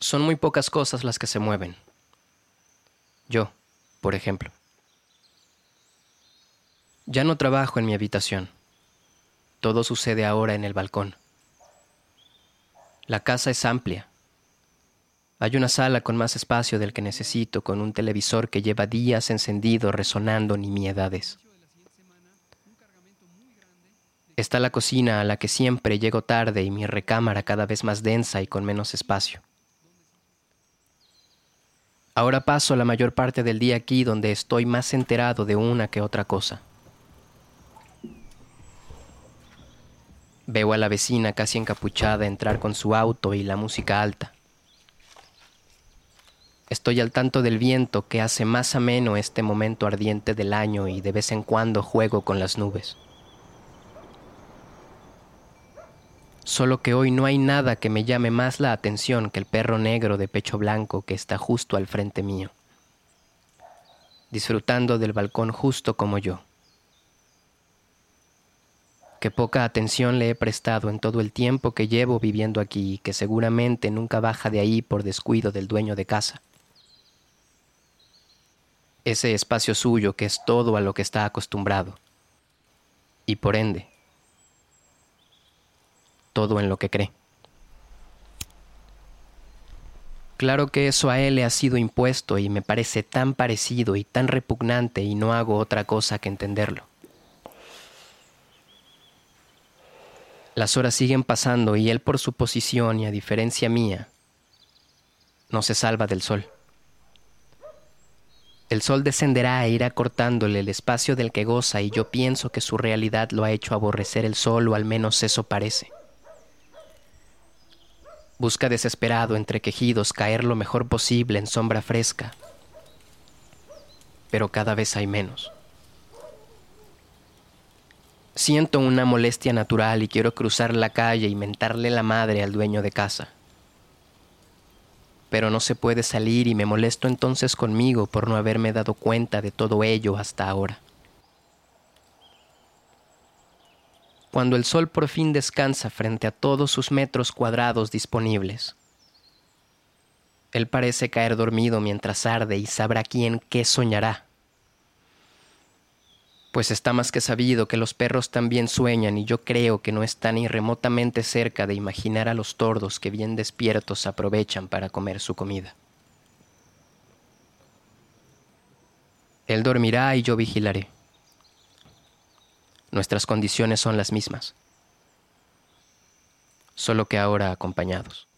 Son muy pocas cosas las que se mueven. Yo, por ejemplo. Ya no trabajo en mi habitación. Todo sucede ahora en el balcón. La casa es amplia. Hay una sala con más espacio del que necesito, con un televisor que lleva días encendido resonando nimiedades. Está la cocina a la que siempre llego tarde y mi recámara cada vez más densa y con menos espacio. Ahora paso la mayor parte del día aquí, donde estoy más enterado de una que otra cosa. Veo a la vecina casi encapuchada entrar con su auto y la música alta. Estoy al tanto del viento que hace más ameno este momento ardiente del año y de vez en cuando juego con las nubes. Solo que hoy no hay nada que me llame más la atención que el perro negro de pecho blanco que está justo al frente mío, disfrutando del balcón justo como yo. Qué poca atención le he prestado en todo el tiempo que llevo viviendo aquí y que seguramente nunca baja de ahí por descuido del dueño de casa. Ese espacio suyo que es todo a lo que está acostumbrado. Y por ende, todo en lo que cree. Claro que eso a él le ha sido impuesto y me parece tan parecido y tan repugnante y no hago otra cosa que entenderlo. Las horas siguen pasando y él por su posición y a diferencia mía, no se salva del sol. El sol descenderá e irá cortándole el espacio del que goza y yo pienso que su realidad lo ha hecho aborrecer el sol o al menos eso parece. Busca desesperado entre quejidos caer lo mejor posible en sombra fresca, pero cada vez hay menos. Siento una molestia natural y quiero cruzar la calle y mentarle la madre al dueño de casa. Pero no se puede salir y me molesto entonces conmigo por no haberme dado cuenta de todo ello hasta ahora. Cuando el sol por fin descansa frente a todos sus metros cuadrados disponibles, él parece caer dormido mientras arde y sabrá quién qué soñará. Pues está más que sabido que los perros también sueñan y yo creo que no están ni remotamente cerca de imaginar a los tordos que bien despiertos aprovechan para comer su comida. Él dormirá y yo vigilaré. Nuestras condiciones son las mismas, solo que ahora acompañados.